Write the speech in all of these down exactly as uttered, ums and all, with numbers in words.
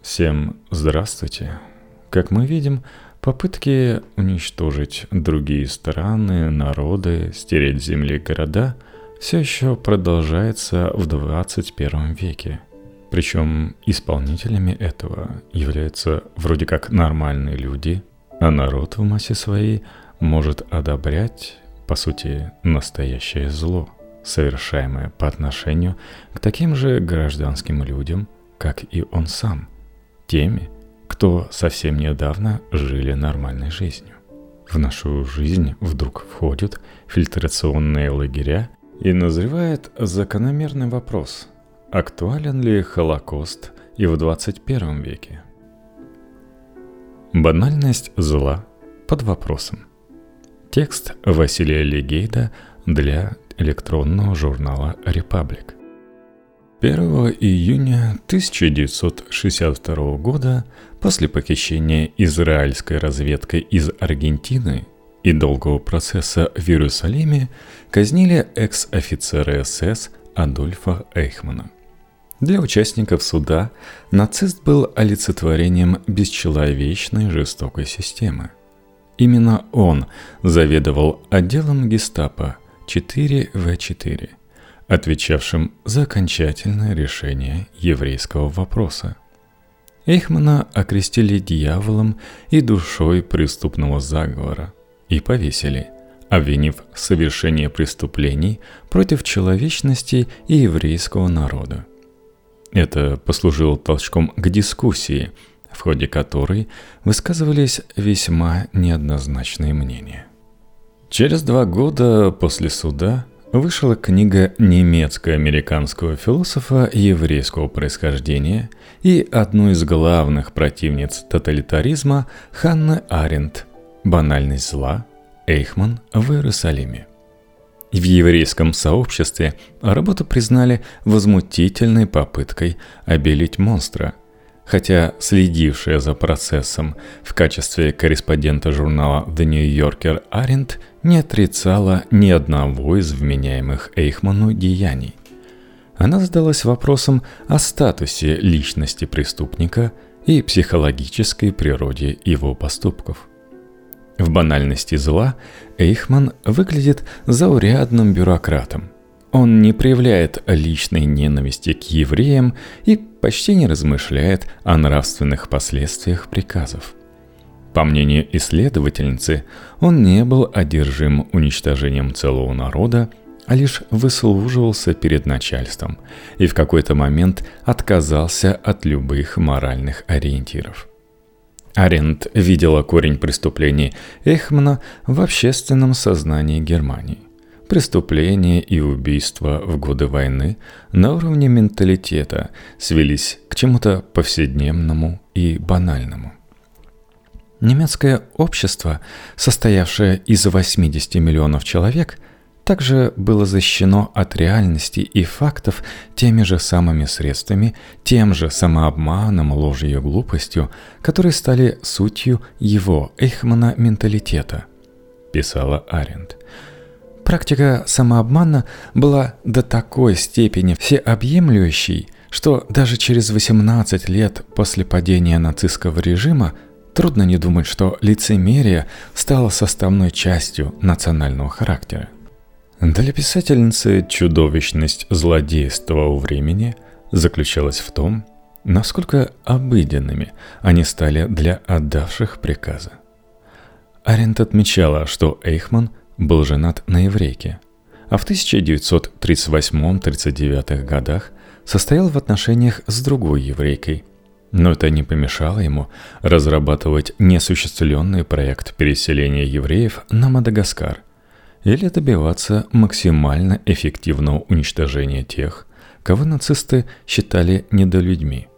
Всем здравствуйте. Как мы видим, попытки уничтожить другие страны, народы, стереть с земли города все еще продолжаются в двадцать первом веке. Причем исполнителями этого являются вроде как нормальные люди, а народ в массе своей может одобрять, по сути, настоящее зло, совершаемое по отношению к таким же гражданским людям, как и он сам, теми, кто совсем недавно жили нормальной жизнью. В нашу жизнь вдруг входят фильтрационные лагеря, и назревает закономерный вопрос: актуален ли Холокост и в двадцать первом веке? Банальность зла под вопросом. Текст Василия Легейда для электронного журнала «Репаблик». первого июня тысяча девятьсот шестьдесят второго года, после похищения израильской разведкой из Аргентины и долгого процесса в Иерусалиме, казнили экс-офицера эс эс Адольфа Эйхмана. Для участников суда нацист был олицетворением бесчеловечной жестокой системы. Именно он заведовал отделом гестапо четыре вэ четыре, отвечавшим за окончательное решение еврейского вопроса. Эйхмана окрестили дьяволом и душой преступного заговора и повесили, обвинив в совершении преступлений против человечности и еврейского народа. Это послужило толчком к дискуссии, в ходе которой высказывались весьма неоднозначные мнения. Через два года после суда вышла книга немецко-американского философа еврейского происхождения и одной из главных противниц тоталитаризма Ханны Аренд «Банальность зла. Эйхман в Иерусалиме». В еврейском сообществе работу признали возмутительной попыткой обелить монстра, хотя следившая за процессом в качестве корреспондента журнала The New Yorker Аренд не отрицала ни одного из вменяемых Эйхману деяний. Она задалась вопросом о статусе личности преступника и психологической природе его поступков. В «Банальности зла» Эйхман выглядит заурядным бюрократом. Он не проявляет личной ненависти к евреям и почти не размышляет о нравственных последствиях приказов. По мнению исследовательницы, он не был одержим уничтожением целого народа, а лишь выслуживался перед начальством и в какой-то момент отказался от любых моральных ориентиров. Аренд видела корень преступлений Эйхмана в общественном сознании Германии. Преступления и убийства в годы войны на уровне менталитета свелись к чему-то повседневному и банальному. Немецкое общество, состоявшее из восьмидесяти миллионов человек, также было защищено от реальности и фактов теми же самыми средствами, тем же самообманом, ложью и глупостью, которые стали сутью его, Эйхмана, менталитета, писала Аренд. Практика самообмана была до такой степени всеобъемлющей, что даже через восемнадцать лет после падения нацистского режима трудно не думать, что лицемерие стало составной частью национального характера. Для писательницы чудовищность злодейства у времени заключалась в том, насколько обыденными они стали для отдавших приказа. Аренд отмечала, что Эйхман был женат на еврейке, а в тысяча девятьсот тридцать восьмом — тридцать девятом годах состоял в отношениях с другой еврейкой, но это не помешало ему разрабатывать неосуществленный проект переселения евреев на Мадагаскар или добиваться максимально эффективного уничтожения тех, кого нацисты считали недолюдьми.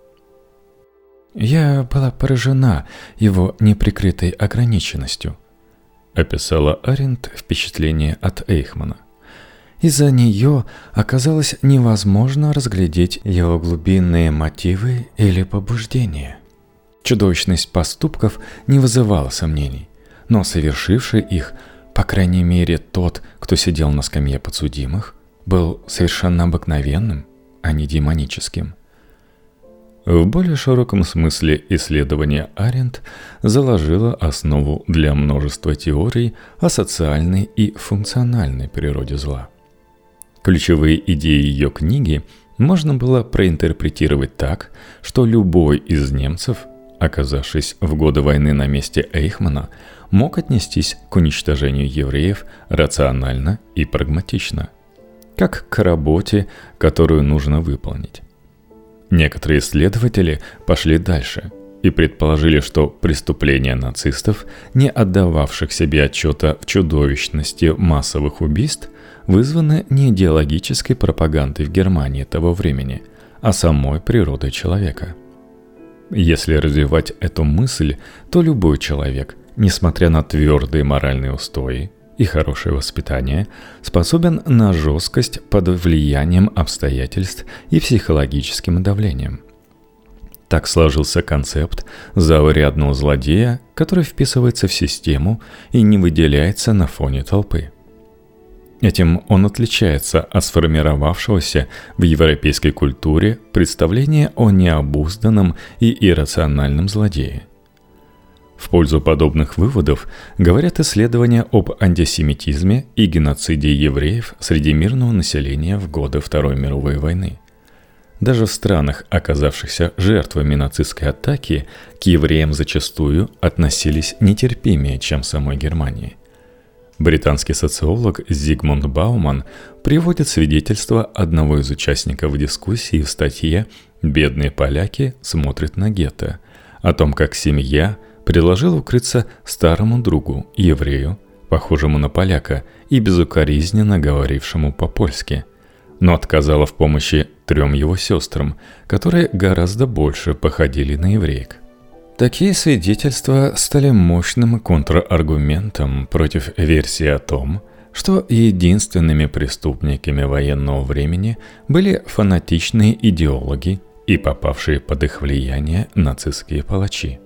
«Я была поражена его неприкрытой ограниченностью», описала Аренд впечатление от Эйхмана. Из-за нее оказалось невозможно разглядеть его глубинные мотивы или побуждения. Чудовищность поступков не вызывала сомнений, но совершивший их, по крайней мере тот, кто сидел на скамье подсудимых, был совершенно обыкновенным, а не демоническим. В более широком смысле исследование Аренд заложило основу для множества теорий о социальной и функциональной природе зла. Ключевые идеи ее книги можно было проинтерпретировать так, что любой из немцев, оказавшись в годы войны на месте Эйхмана, мог отнестись к уничтожению евреев рационально и прагматично, как к работе, которую нужно выполнить. Некоторые исследователи пошли дальше и предположили, что преступления нацистов, не отдававших себе отчета в чудовищности массовых убийств, вызваны не идеологической пропагандой в Германии того времени, а самой природой человека. Если развивать эту мысль, то любой человек, несмотря на твердые моральные устои и хорошее воспитание, способен на жесткость под влиянием обстоятельств и психологическим давлением. Так сложился концепт заурядного злодея, который вписывается в систему и не выделяется на фоне толпы. Этим он отличается от сформировавшегося в европейской культуре представления о необузданном и иррациональном злодее. В пользу подобных выводов говорят исследования об антисемитизме и геноциде евреев среди мирного населения в годы Второй мировой войны. Даже в странах, оказавшихся жертвами нацистской атаки, к евреям зачастую относились нетерпимее, чем в самой Германии. Британский социолог Зигмунд Бауман приводит свидетельство одного из участников дискуссии в статье «Бедные поляки смотрят на гетто», о том, как семья предложила укрыться старому другу, еврею, похожему на поляка и безукоризненно говорившему по-польски, но отказала в помощи трем его сестрам, которые гораздо больше походили на евреек. Такие свидетельства стали мощным контраргументом против версии о том, что единственными преступниками военного времени были фанатичные идеологи и попавшие под их влияние нацистские палачи.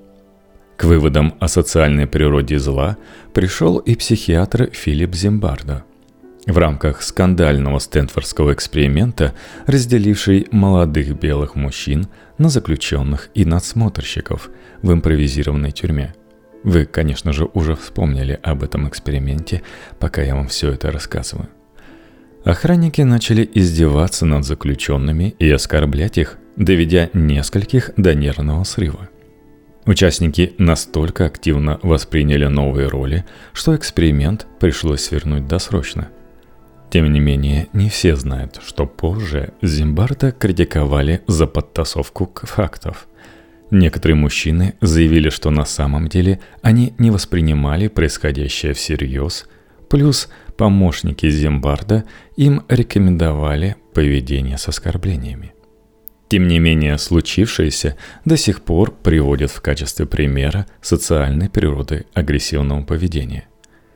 К выводам о социальной природе зла пришел и психиатр Филипп Зимбардо. В рамках скандального стэнфордского эксперимента, разделивший молодых белых мужчин на заключенных и надсмотрщиков в импровизированной тюрьме. Вы, конечно же, уже вспомнили об этом эксперименте, пока я вам все это рассказываю. Охранники начали издеваться над заключенными и оскорблять их, доведя нескольких до нервного срыва. Участники настолько активно восприняли новые роли, что эксперимент пришлось свернуть досрочно. Тем не менее, не все знают, что позже Зимбардо критиковали за подтасовку фактов. Некоторые мужчины заявили, что на самом деле они не воспринимали происходящее всерьез, плюс помощники Зимбардо им рекомендовали поведение с оскорблениями. Тем не менее, случившееся до сих пор приводят в качестве примера социальной природы агрессивного поведения.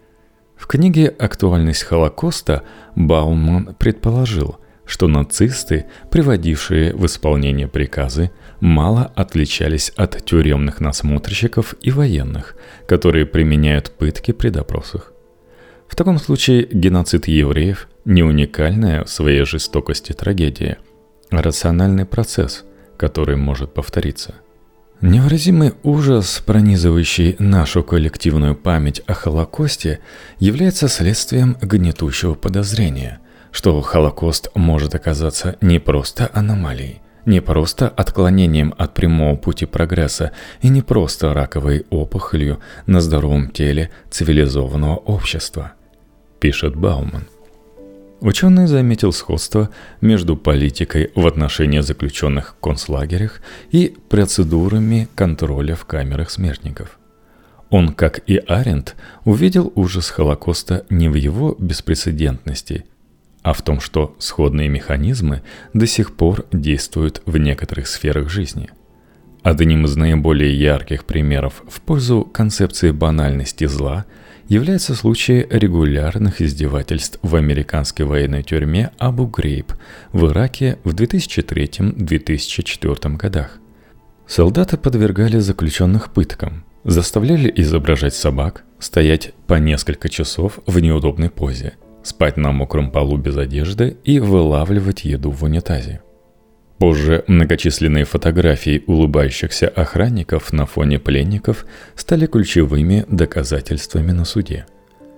В книге «Актуальность Холокоста» Бауман предположил, что нацисты, приводившие в исполнение приказы, мало отличались от тюремных надсмотрщиков и военных, которые применяют пытки при допросах. В таком случае геноцид евреев не уникальная в своей жестокости трагедия, а рациональный процесс, который может повториться. Невыразимый ужас, пронизывающий нашу коллективную память о Холокосте, является следствием гнетущего подозрения, что Холокост может оказаться не просто аномалией, не просто отклонением от прямого пути прогресса и не просто раковой опухолью на здоровом теле цивилизованного общества, пишет Бауман. Ученый заметил сходство между политикой в отношении заключенных в концлагерях и процедурами контроля в камерах смертников. Он, как и Аренд, увидел ужас Холокоста не в его беспрецедентности, а в том, что сходные механизмы до сих пор действуют в некоторых сферах жизни. Одним из наиболее ярких примеров в пользу концепции банальности зла является случай регулярных издевательств в американской военной тюрьме Абу-Грейб в Ираке в две тысячи третьем - две тысячи четвёртом годах. Солдаты подвергали заключенных пыткам, заставляли изображать собак, стоять по несколько часов в неудобной позе, спать на мокром полу без одежды и вылавливать еду в унитазе. Позже многочисленные фотографии улыбающихся охранников на фоне пленников стали ключевыми доказательствами на суде.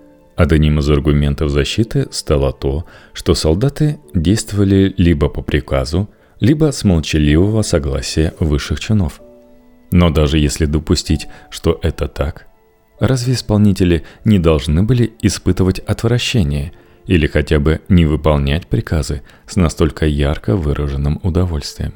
Одним из аргументов защиты стало то, что солдаты действовали либо по приказу, либо с молчаливого согласия высших чинов. Но даже если допустить, что это так, разве исполнители не должны были испытывать отвращение или хотя бы не выполнять приказы с настолько ярко выраженным удовольствием?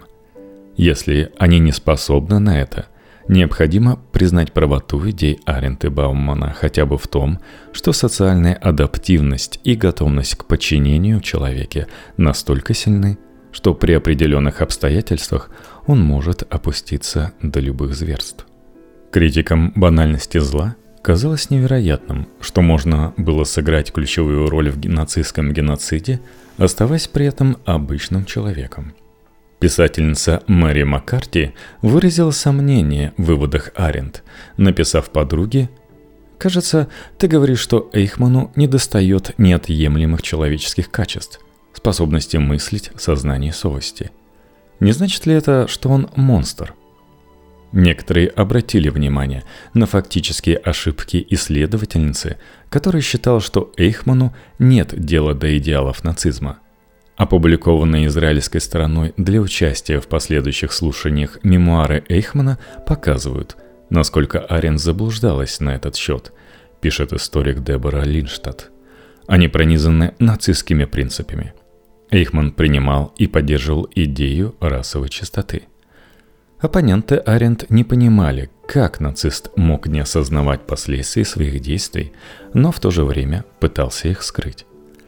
Если они не способны на это, необходимо признать правоту идей Арендта и Баумана хотя бы в том, что социальная адаптивность и готовность к подчинению в человеке настолько сильны, что при определенных обстоятельствах он может опуститься до любых зверств. Критикам банальности зла казалось невероятным, что можно было сыграть ключевую роль в нацистском геноциде, оставаясь при этом обычным человеком. Писательница Мэри Маккарти выразила сомнение в выводах Арендт, написав подруге: «Кажется, ты говоришь, что Эйхману недостает неотъемлемых человеческих качеств, способности мыслить, сознания и совести. Не значит ли это, что он монстр?» Некоторые обратили внимание на фактические ошибки исследовательницы, которая считала, что Эйхману нет дела до идеалов нацизма. Опубликованные израильской стороной для участия в последующих слушаниях мемуары Эйхмана показывают, насколько Арендт заблуждалась на этот счет, пишет историк Дебора Линштадт. Они пронизаны нацистскими принципами. Эйхман принимал и поддерживал идею расовой чистоты. Оппоненты Арендт не понимали, как нацист мог не осознавать последствий своих действий, но в то же время пытался их скрыть.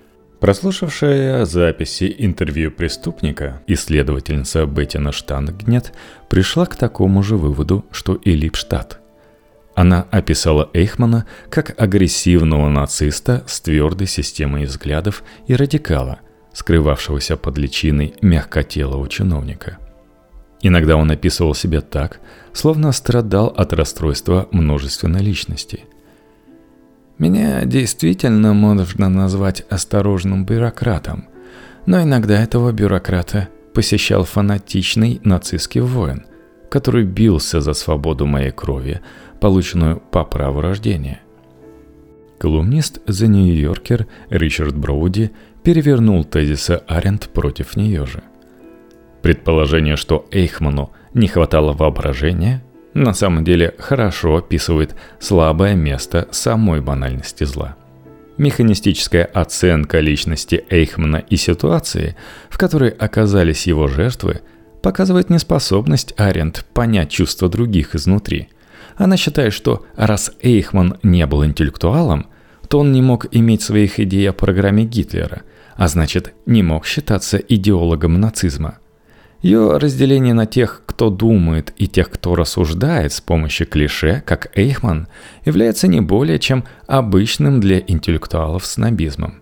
Прослушавшая записи интервью преступника, исследовательница Беттина Штангнет пришла к такому же выводу, что и Липштадт. Она описала Эйхмана как агрессивного нациста с твердой системой взглядов и радикала, скрывавшегося под личиной мягкотелого чиновника. Иногда он описывал себя так, словно страдал от расстройства множественной личности. «Меня действительно можно назвать осторожным бюрократом, но иногда этого бюрократа посещал фанатичный нацистский воин, который бился за свободу моей крови, полученную по праву рождения». Колумнист The New Yorker Ричард Броуди перевернул тезисы Арендт против нее же. Предположение, что Эйхману не хватало воображения, на самом деле хорошо описывает слабое место самой банальности зла. Механистическая оценка личности Эйхмана и ситуации, в которой оказались его жертвы, показывает неспособность Арендт понять чувства других изнутри. Она считает, что раз Эйхман не был интеллектуалом, то он не мог иметь своих идей о программе Гитлера, а значит, не мог считаться идеологом нацизма. Ее разделение на тех, кто думает, и тех, кто рассуждает с помощью клише, как Эйхман, является не более чем обычным для интеллектуалов снобизмом.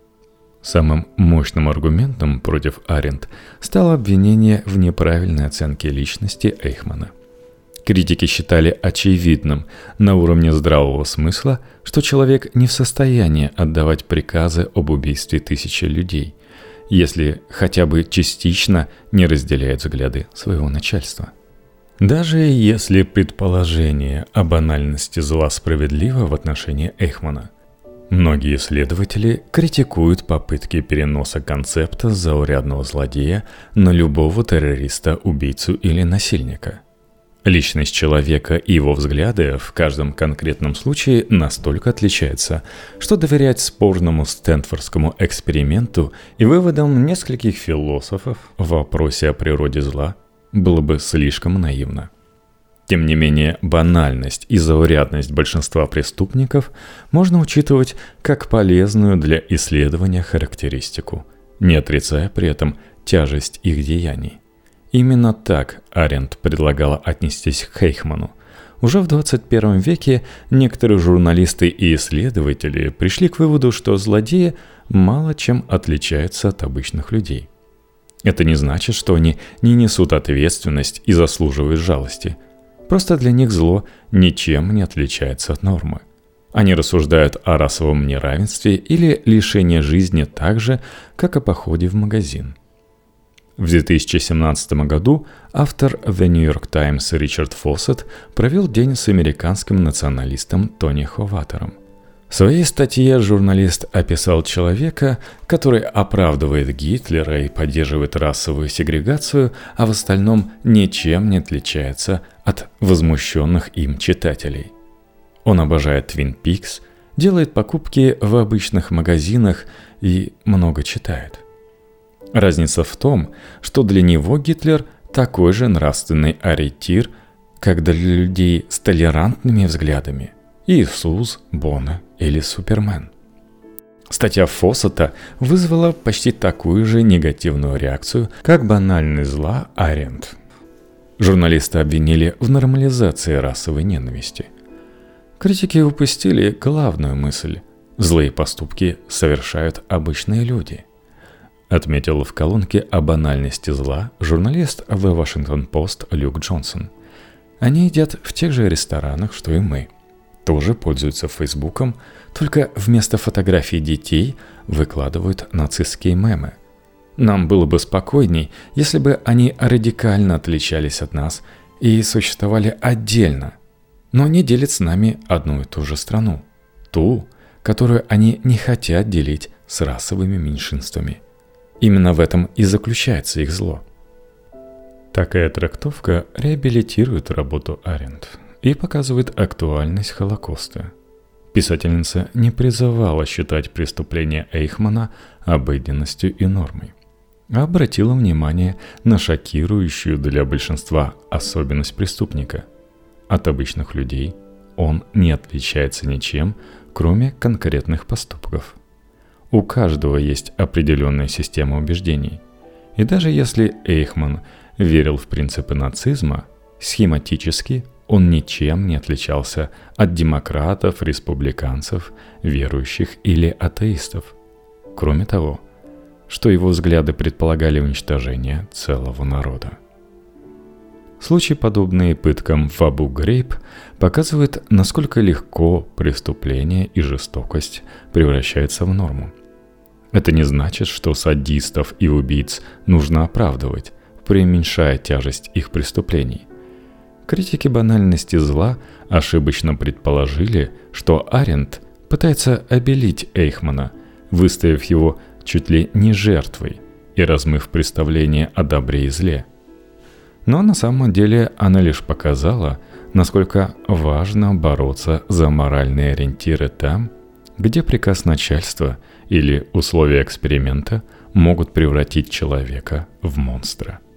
Самым мощным аргументом против Арендт стало обвинение в неправильной оценке личности Эйхмана. Критики считали очевидным на уровне здравого смысла, что человек не в состоянии отдавать приказы об убийстве тысячи людей, если хотя бы частично не разделяет взгляды своего начальства. Даже если предположение о банальности зла справедливо в отношении Эйхмана, многие исследователи критикуют попытки переноса концепта заурядного злодея на любого террориста, убийцу или насильника. Личность человека и его взгляды в каждом конкретном случае настолько отличаются, что доверять спорному стэнфордскому эксперименту и выводам нескольких философов в вопросе о природе зла было бы слишком наивно. Тем не менее, банальность и заурядность большинства преступников можно учитывать как полезную для исследования характеристику, не отрицая при этом тяжесть их деяний. Именно так Арендт предлагала отнестись к Эйхману. Уже в двадцать первом веке некоторые журналисты и исследователи пришли к выводу, что злодеи мало чем отличаются от обычных людей. Это не значит, что они не несут ответственность и заслуживают жалости. Просто для них зло ничем не отличается от нормы. Они рассуждают о расовом неравенстве или лишении жизни так же, как о походе в магазин. В две тысячи семнадцатом году автор The New York Times Ричард Фоссет провел день с американским националистом Тони Ховатером. В своей статье журналист описал человека, который оправдывает Гитлера и поддерживает расовую сегрегацию, а в остальном ничем не отличается от возмущенных им читателей. Он обожает Твин Пикс, делает покупки в обычных магазинах и много читает. Разница в том, что для него Гитлер такой же нравственный ориентир, как для людей с толерантными взглядами – Иисус, Бона или Супермен. Статья Фоссета вызвала почти такую же негативную реакцию, как банальный зла Аренд. Журналиста обвинили в нормализации расовой ненависти. Критики упустили главную мысль – злые поступки совершают обычные люди. Отметил в колонке о банальности зла журналист The Washington Post Люк Джонсон. Они едят в тех же ресторанах, что и мы. Тоже пользуются Фейсбуком, только вместо фотографий детей выкладывают нацистские мемы. Нам было бы спокойней, если бы они радикально отличались от нас и существовали отдельно, но они делят с нами одну и ту же страну, ту, которую они не хотят делить с расовыми меньшинствами. Именно в этом и заключается их зло. Такая трактовка реабилитирует работу Аренд и показывает актуальность Холокоста. Писательница не призывала считать преступления Эйхмана обыденностью и нормой, а обратила внимание на шокирующую для большинства особенность преступника. От обычных людей он не отличается ничем, кроме конкретных поступков. У каждого есть определенная система убеждений. И даже если Эйхман верил в принципы нацизма, схематически он ничем не отличался от демократов, республиканцев, верующих или атеистов. Кроме того, что его взгляды предполагали уничтожение целого народа. Случаи, подобные пыткам в Абу-Грейб, показывают, насколько легко преступление и жестокость превращаются в норму. Это не значит, что садистов и убийц нужно оправдывать, преуменьшая тяжесть их преступлений. Критики банальности зла ошибочно предположили, что Аренд пытается обелить Эйхмана, выставив его чуть ли не жертвой и размыв представление о добре и зле. Но на самом деле она лишь показала, насколько важно бороться за моральные ориентиры там, где приказ начальства или условия эксперимента могут превратить человека в монстра.